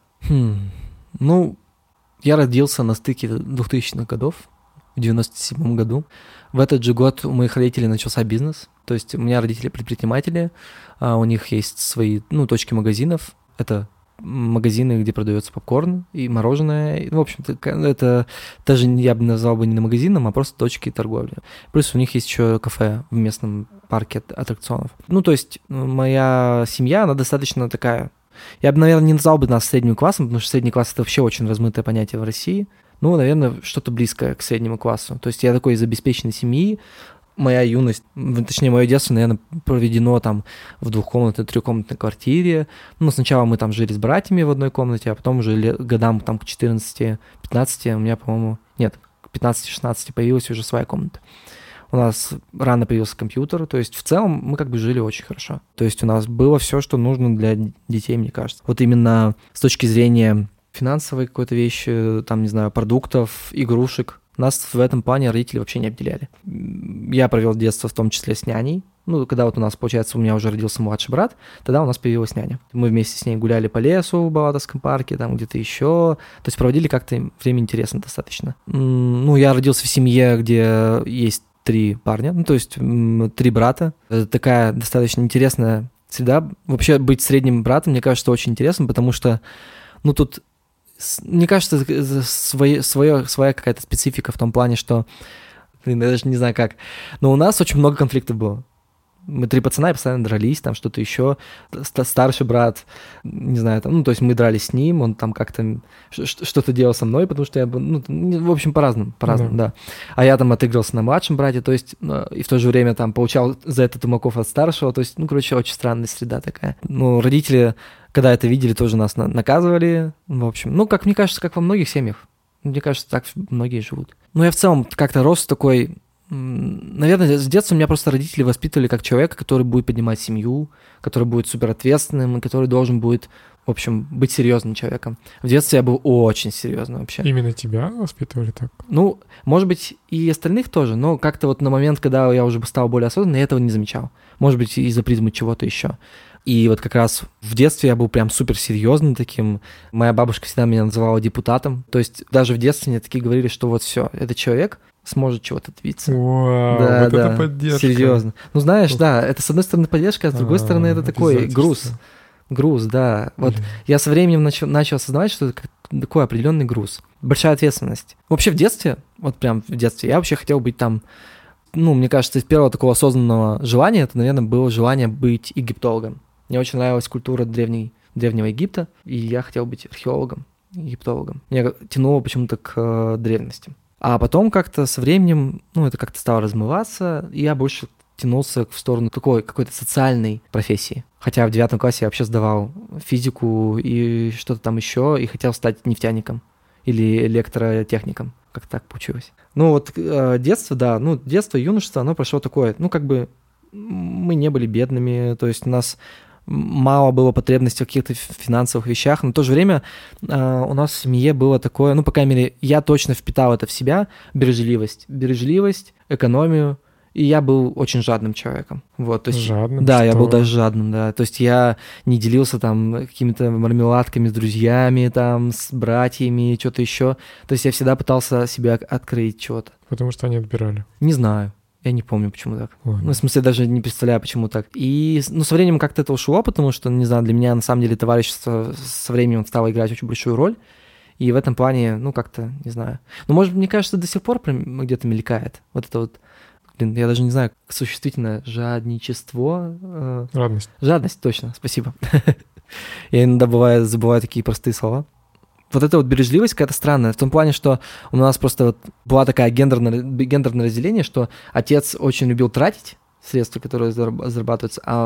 Ну, я родился на стыке 2000-х годов, в 97-м году. В этот же год у моих родителей начался бизнес. То есть у меня родители предприниматели, у них есть свои, точки магазинов. Это магазины, где продается попкорн и мороженое. В общем-то, это даже я бы назвал бы не магазином, а просто точки торговли. Плюс у них есть еще кафе в местном парке аттракционов. То есть моя семья, она достаточно такая... Я бы, наверное, не назвал бы нас средним классом, потому что средний класс — это вообще очень размытое понятие в России. Наверное, что-то близкое к среднему классу. То есть я такой из обеспеченной семьи. Моя юность, точнее, мое детство, наверное, проведено там в двухкомнатной, трехкомнатной квартире. Сначала мы там жили с братьями в одной комнате, а потом уже годам там к 14-15 у меня, по-моему... Нет, к 15-16 появилась уже своя комната. У нас рано появился компьютер, то есть в целом мы как бы жили очень хорошо. То есть у нас было все, что нужно для детей, мне кажется. Вот именно с точки зрения финансовой какой-то вещи, там, не знаю, продуктов, игрушек, нас в этом плане родители вообще не обделяли. Я провел детство в том числе с няней. Когда вот у нас, получается, у меня уже родился младший брат, тогда у нас появилась няня. Мы вместе с ней гуляли по лесу в Балатовском парке, там где-то еще. То есть проводили как-то время интересно достаточно. Я родился в семье, где есть 3 парня, то есть 3 брата. Это такая достаточно интересная среда. Вообще быть средним братом, мне кажется, очень интересно, потому что, тут, мне кажется, своя какая-то специфика в том плане, что, я даже не знаю как, но у нас очень много конфликтов было. Мы 3 пацана и постоянно дрались, там что-то еще. Старший брат, не знаю, там, то есть мы дрались с ним, он там как-то что-то делал со мной, потому что я, в общем, по-разному, да. А я там отыгрывался на младшем брате, то есть, и в то же время там получал за это тумаков от старшего, то есть, очень странная среда такая. Родители, когда это видели, тоже нас наказывали, в общем, как мне кажется, как во многих семьях. Мне кажется, так многие живут. Я в целом как-то рос такой... Наверное, с детства меня просто родители воспитывали как человека, который будет поднимать семью, который будет суперответственным, который должен будет, в общем, быть серьезным человеком. В детстве я был очень серьезным вообще. Именно тебя воспитывали так? Может быть, и остальных тоже, но как-то вот на момент, когда я уже стал более осознанным, я этого не замечал. Может быть, из-за призмы чего-то еще. И вот как раз в детстве я был прям суперсерьезным таким. Моя бабушка всегда меня называла депутатом. То есть даже в детстве мне такие говорили, что вот все, этот человек сможет чего-то добиться. Вау, да, вот это поддержка. Серьезно. Знаешь, да, это с одной стороны поддержка, а с другой стороны это такой груз. Груз, да. Вот я со временем начал осознавать, что это такой определенный груз. Большая ответственность. Вообще в детстве, вот прям в детстве, я вообще хотел быть там, мне кажется, из первого такого осознанного желания, это, наверное, было желание быть египтологом. Мне очень нравилась культура древнего Египта, и я хотел быть археологом, египтологом. Меня тянуло почему-то к древности. А потом как-то со временем, это как-то стало размываться, и я больше тянулся в сторону такой какой-то социальной профессии. Хотя в 9 классе я вообще сдавал физику и что-то там еще, и хотел стать нефтяником или электротехником. Как так получилось. Детство, да, детство, юношество, оно прошло такое, мы не были бедными, то есть у нас мало было потребностей в каких-то финансовых вещах, но в то же время у нас в семье было такое, по крайней мере, я точно впитал это в себя, бережливость, экономию, и я был очень жадным человеком. Вот, то есть, жадным? Да, что? Я был даже жадным, да, то есть я не делился там какими-то мармеладками с друзьми, там, с братьями, что-то еще, то есть я всегда пытался себя открыть чего-то. Потому что они отбирали? Не знаю. Я не помню, почему так. Ладно. В смысле, даже не представляю, почему так. И, со временем как-то это ушло, потому что, не знаю, для меня, на самом деле, товарищество со временем стало играть очень большую роль. И в этом плане, как-то, не знаю. Может, мне кажется, до сих пор где-то мелькает. Вот это вот, я даже не знаю, существительное жадничество. Жадность. Жадность, точно, спасибо. Я иногда забываю такие простые слова. Вот эта вот бережливость какая-то странная, в том плане, что у нас просто была такая гендерное разделение, что отец очень любил тратить средства, которые зарабатываются, а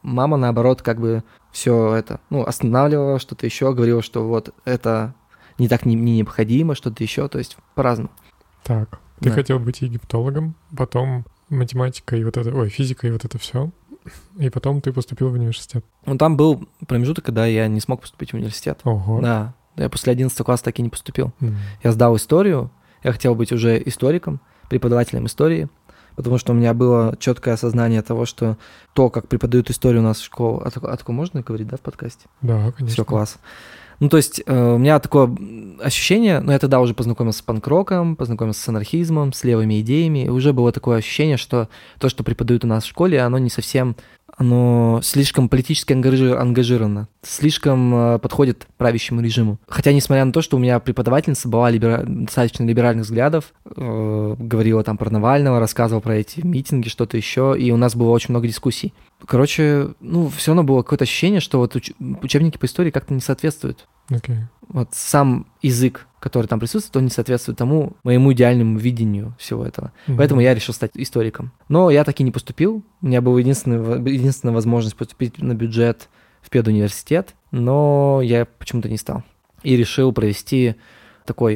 мама, наоборот, как бы все это, останавливала, что-то еще, говорила, что вот это не так не необходимо, что-то еще, то есть по-разному. Так, ты Да. хотел быть египтологом, потом математика и физика и вот это все, и потом ты поступил в университет. Там был промежуток, когда я не смог поступить в университет. Ого. Да, я после 11 класса так и не поступил. М. Я сдал историю, я хотел быть уже историком, преподавателем истории, потому что у меня было четкое осознание того, что то, как преподают историю у нас в школе... А такое можно говорить, да, в подкасте? Да, конечно. Все, класс. То есть у меня такое ощущение, я тогда уже познакомился с панк-роком, познакомился с анархизмом, с левыми идеями, и уже было такое ощущение, что то, что преподают у нас в школе, оно не совсем, оно слишком политически ангажировано, слишком подходит правящему режиму. Хотя, несмотря на то, что у меня преподавательница была достаточно либеральных взглядов, говорила там про Навального, рассказывала про эти митинги, что-то еще, и у нас было очень много дискуссий. Короче, все равно было какое-то ощущение, что вот учебники по истории как-то не соответствуют. Окей. Вот сам язык, который там присутствует, он не соответствует тому моему идеальному видению всего этого. Поэтому я решил стать историком. Но я так и не поступил. У меня была единственная возможность поступить на бюджет в педуниверситет, но я почему-то не стал. И решил провести такой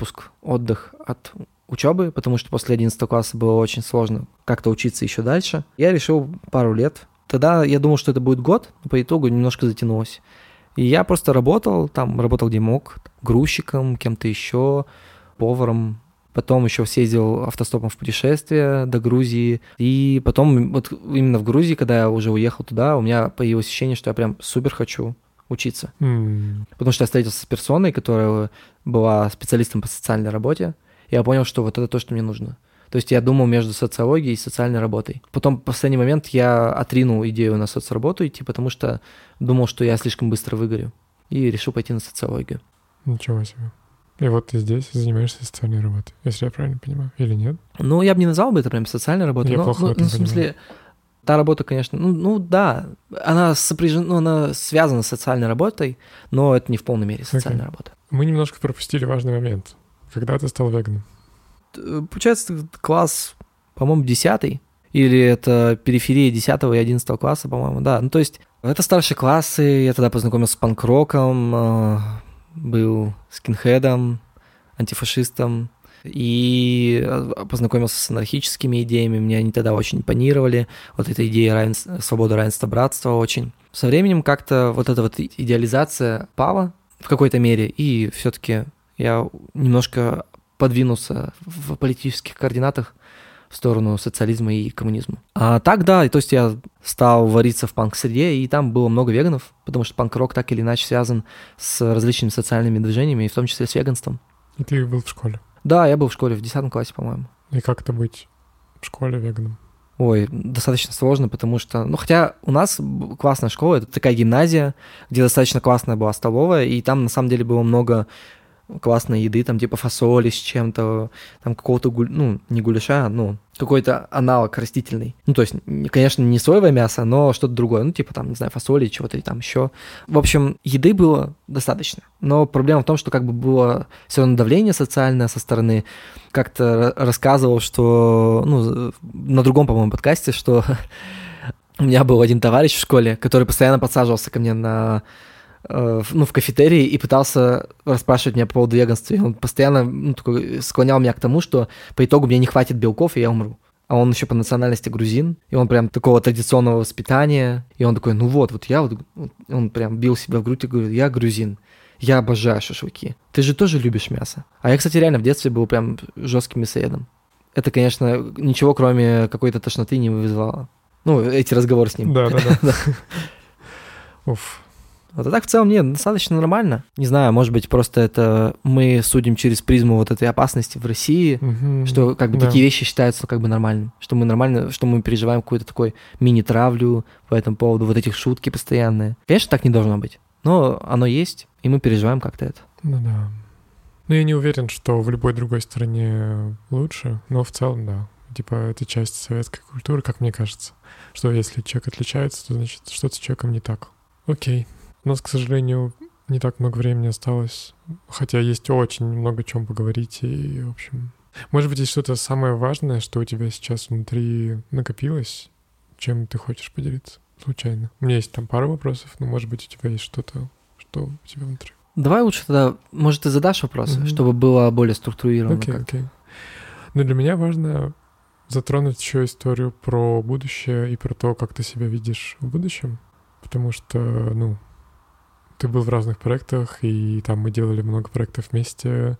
отдых от учебы, потому что после 11 класса было очень сложно как-то учиться еще дальше. Я решил пару лет. Тогда я думал, что это будет год, но по итогу немножко затянулось. И я просто работал где мог, грузчиком, кем-то еще, поваром. Потом еще съездил автостопом в путешествие до Грузии. И потом вот именно в Грузии, когда я уже уехал туда, у меня появилось ощущение, что я прям супер хочу учиться. Потому что я встретился с персоной, которая была специалистом по социальной работе. И я понял, что вот это то, что мне нужно. То есть я думал между социологией и социальной работой. Потом в последний момент я отринул идею на соцработу идти, потому что думал, что я слишком быстро выгорю. И решил пойти на социологию. Ничего себе. И вот ты здесь занимаешься социальной работой, если я правильно понимаю, или нет? Я бы не назвал бы это прям социальной работой. Я плохо в этом в смысле, та работа, конечно, да, она сопряжена, она связана с социальной работой, но это не в полной мере социальная работа. Мы немножко пропустили важный момент. Когда ты стал веганом? Получается, класс, по-моему, 10-й, или это периферия 10 и 11 класса, по-моему, да. То есть это старшие классы, я тогда познакомился с панк-роком, был скинхедом, антифашистом, и познакомился с анархическими идеями, мне они тогда очень импонировали, вот эта идея свободы, равенства, братства очень. Со временем как-то вот эта вот идеализация пала в какой-то мере, и все-таки я немножко подвинулся в политических координатах в сторону социализма и коммунизма. А так, да, то есть я стал вариться в панк-среде, и там было много веганов, потому что панк-рок так или иначе связан с различными социальными движениями, и в том числе с веганством. И ты был в школе? Да, я был в школе в 10 классе, по-моему. И как это быть в школе веганом? Ой, достаточно сложно, потому что... хотя у нас классная школа, это такая гимназия, где достаточно классная была столовая, и там на самом деле было много классной еды, там типа фасоли с чем-то, там какого-то, не гуляша, какой-то аналог растительный. То есть, конечно, не соевое мясо, но что-то другое, типа там, не знаю, фасоли, чего-то там еще. В общем, еды было достаточно, но проблема в том, что как бы было все равно давление социальное со стороны. Как-то рассказывал, что, на другом, по-моему, подкасте, что у меня был один товарищ в школе, который постоянно подсаживался ко мне в кафетерии и пытался расспрашивать меня по поводу веганства. И он постоянно склонял меня к тому, что по итогу мне не хватит белков, и я умру. А он еще по национальности грузин, и он прям такого традиционного воспитания. И он такой, он прям бил себя в грудь и говорит, я грузин, я обожаю шашлыки. Ты же тоже любишь мясо. А я, кстати, реально в детстве был прям жестким мясоедом. Это, конечно, ничего, кроме какой-то тошноты не вызывало. Эти разговоры с ним. Да. Уф. Вот, а так в целом, достаточно нормально. Не знаю, может быть, просто это мы судим через призму вот этой опасности в России, что как бы такие вещи считаются как бы нормальным, что мы переживаем какую-то такой мини-травлю по этому поводу, вот этих шутки постоянные. Конечно, так не должно быть, но оно есть, и мы переживаем как-то это. Да. Я не уверен, что в любой другой стране лучше, но в целом, да. Типа, это часть советской культуры, как мне кажется, что если человек отличается, то значит что-то с человеком не так. Окей. У нас, к сожалению, не так много времени осталось, хотя есть очень много о чем поговорить, и, в общем... Может быть, есть что-то самое важное, что у тебя сейчас внутри накопилось, чем ты хочешь поделиться? случайно. У меня есть там пара вопросов, но, может быть, у тебя есть что-то, что у тебя внутри. Давай лучше тогда, может, ты задашь вопросы, чтобы было более структурировано. Окей. Но для меня важно затронуть еще историю про будущее и про то, как ты себя видишь в будущем. Потому что, ты был в разных проектах, и там мы делали много проектов вместе.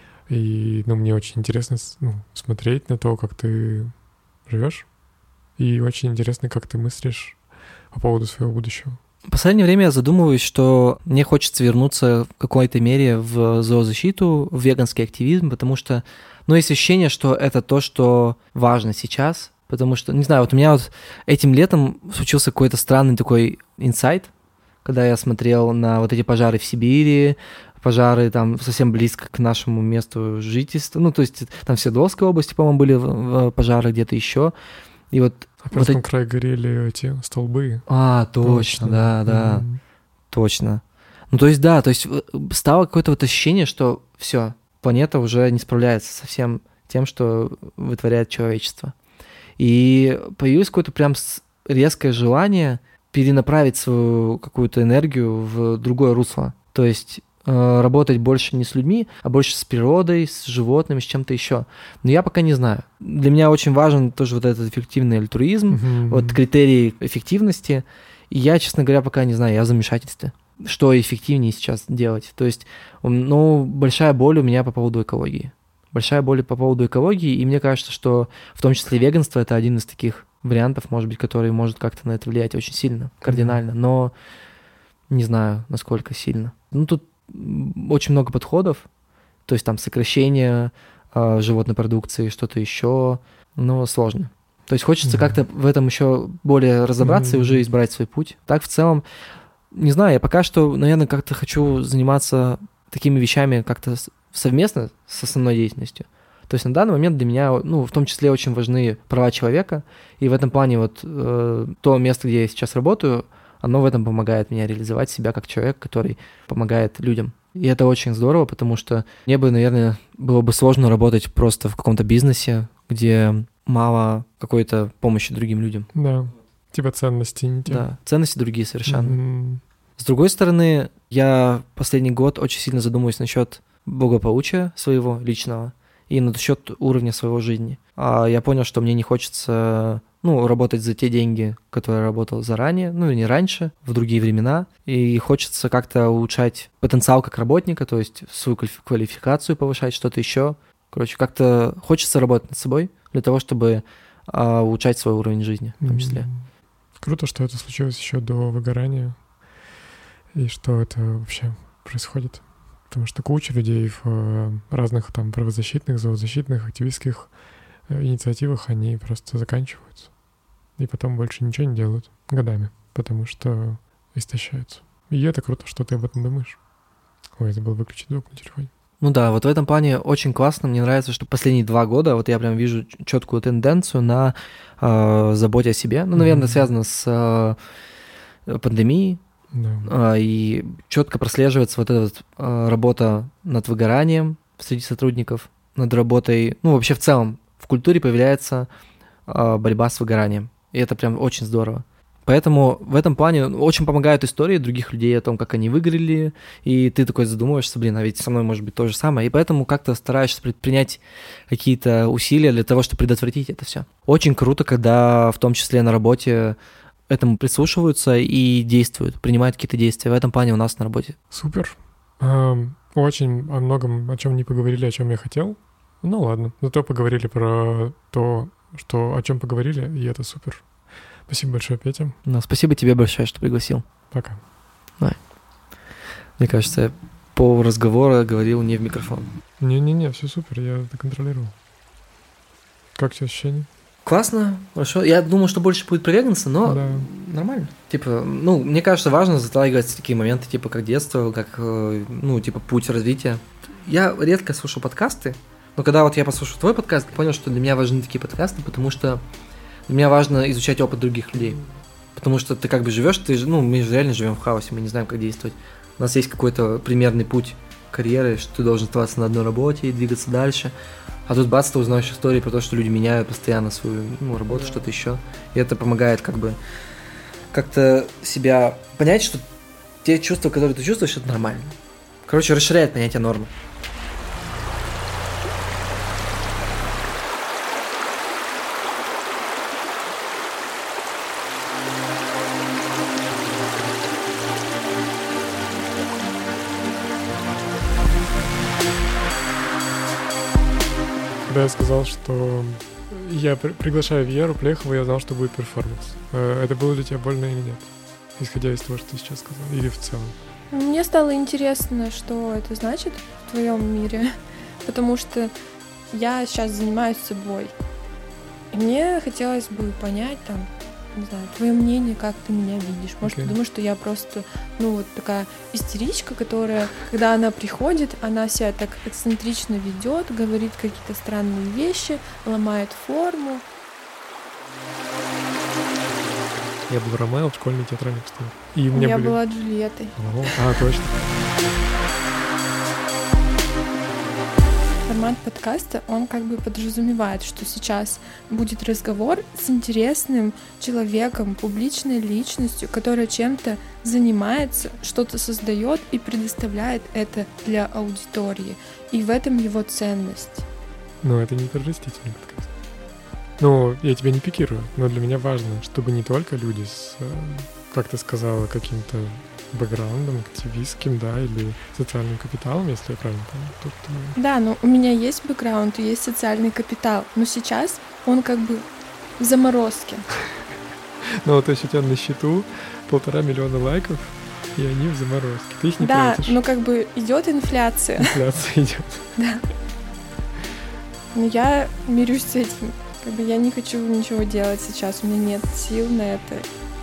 И, мне очень интересно смотреть на то, как ты живешь. И очень интересно, как ты мыслишь по поводу своего будущего. В последнее время я задумываюсь, что мне хочется вернуться в какой-то мере в зоозащиту, в веганский активизм, потому что, есть ощущение, что это то, что важно сейчас, потому что, не знаю, вот у меня вот этим летом случился какой-то странный такой инсайт, когда я смотрел на вот эти пожары в Сибири, пожары там совсем близко к нашему месту жительства, то есть там в Свердловской области, по-моему, были пожары где-то еще, и вот... В Пермском крае горели эти столбы. Точно, да, точно. То есть стало какое-то вот ощущение, что все, планета уже не справляется со всем тем, что вытворяет человечество. И появилось какое-то прям резкое желание перенаправить свою какую-то энергию в другое русло. То есть работать больше не с людьми, а больше с природой, с животными, с чем-то еще. Но я пока не знаю. Для меня очень важен тоже вот этот эффективный альтруизм, вот критерии эффективности. И я, честно говоря, пока не знаю, я в замешательстве. Что эффективнее сейчас делать? То есть, большая боль у меня по поводу экологии. Большая боль по поводу экологии, и мне кажется, что в том числе веганство — это один из таких вариантов, может быть, который может как-то на это влиять очень сильно, кардинально, но не знаю, насколько сильно. Тут очень много подходов, то есть там сокращение животной продукции, что-то еще, но сложно. То есть хочется как-то в этом еще более разобраться и уже избрать свой путь. Так, в целом, не знаю, я пока что, наверное, как-то хочу заниматься такими вещами как-то совместно с основной деятельностью. То есть на данный момент для меня, в том числе очень важны права человека, и в этом плане то место, где я сейчас работаю, оно в этом помогает мне реализовать себя как человек, который помогает людям. И это очень здорово, потому что мне бы, наверное, было бы сложно работать просто в каком-то бизнесе, где мало какой-то помощи другим людям. Да, типа ценности не те. Да, ценности другие совершенно. С другой стороны, я последний год очень сильно задумываюсь насчет благополучия своего личного и насчет уровня своего жизни. Я понял, что мне не хочется работать за те деньги, которые я работал заранее, не раньше, в другие времена, и хочется как-то улучшать потенциал как работника, то есть свою квалификацию повышать, что-то еще. Короче, как-то хочется работать над собой для того, чтобы улучшать свой уровень жизни в том числе. Круто, что это случилось еще до выгорания, и что это вообще происходит. Потому что куча людей в разных там правозащитных, зоозащитных, активистских инициативах, они просто заканчиваются. И потом больше ничего не делают годами, потому что истощаются. И это круто, что ты об этом думаешь. Ой, я забыл выключить звук на телефоне. В этом плане очень классно. Мне нравится, что последние 2 года я прям вижу четкую тенденцию на заботе о себе. Наверное, связано с пандемией. Да. И четко прослеживается вот эта работа над выгоранием среди сотрудников, над работой, вообще в целом в культуре появляется борьба с выгоранием. И это прям очень здорово. Поэтому в этом плане очень помогают истории других людей о том, как они выгорели, и ты такой задумываешься, а ведь со мной может быть то же самое, и поэтому как-то стараешься предпринять какие-то усилия для того, чтобы предотвратить это все. Очень круто, когда в том числе на работе этому прислушиваются и действуют, принимают какие-то действия. В этом плане у нас на работе. Супер. Очень о многом, о чем не поговорили, о чем я хотел. Ладно. Зато поговорили про то, о чем поговорили, и это супер. Спасибо большое, Петя. Спасибо тебе большое, что пригласил. Пока. Мне кажется, я пол разговора говорил не в микрофон. Не, все супер, я это контролировал. Как у тебя ощущения? Классно, хорошо. Я думал, что больше будет про веганство, но нормально. Мне кажется, важно затрагивать такие моменты, как детство, как, путь развития. Я редко слушаю подкасты, но когда я послушал твой подкаст, понял, что для меня важны такие подкасты, потому что для меня важно изучать опыт других людей. Потому что ты живешь, мы же реально живем в хаосе, мы не знаем, как действовать. У нас есть какой-то примерный путь карьеры, что ты должен оставаться на одной работе и двигаться дальше. А тут бац, ты узнаешь истории про то, что люди меняют постоянно свою работу, что-то еще. И это помогает как-то себя понять, что те чувства, которые ты чувствуешь, это нормально. Короче, расширяет понятие нормы. Когда я сказал, что я приглашаю Веру Плехову, я знал, что будет перформанс. Это было для тебя больно или нет? Исходя из того, что ты сейчас сказал, или в целом? Мне стало интересно, что это значит в твоем мире, потому что я сейчас занимаюсь собой. И мне хотелось бы понять, там, не знаю, твое мнение, как ты меня видишь. Может, ты думаешь, что я просто, вот такая истеричка, которая, когда она приходит, она себя так эксцентрично ведет, говорит какие-то странные вещи, ломает форму. Я был Ромео в школьной театральной постановке. И у меня была Джульеттой. Точно. Формат подкаста, он как бы подразумевает, что сейчас будет разговор с интересным человеком, публичной личностью, которая чем-то занимается, что-то создает и предоставляет это для аудитории. И в этом его ценность. Это не торжествительный подкаст. Я тебя не пикирую, но для меня важно, чтобы не только люди с, как ты сказала, каким-то бэкграундом, активистским, да, или социальным капиталом, если я правильно помню. Да, у меня есть бэкграунд, есть социальный капитал, но сейчас он как бы в заморозке. То есть у тебя на счету 1,5 миллиона лайков, и они в заморозке. Ты их не тратишь. Да, как бы идет инфляция. Инфляция идет. Да. Но я мирюсь с этим. Как бы я не хочу ничего делать сейчас, у меня нет сил на это.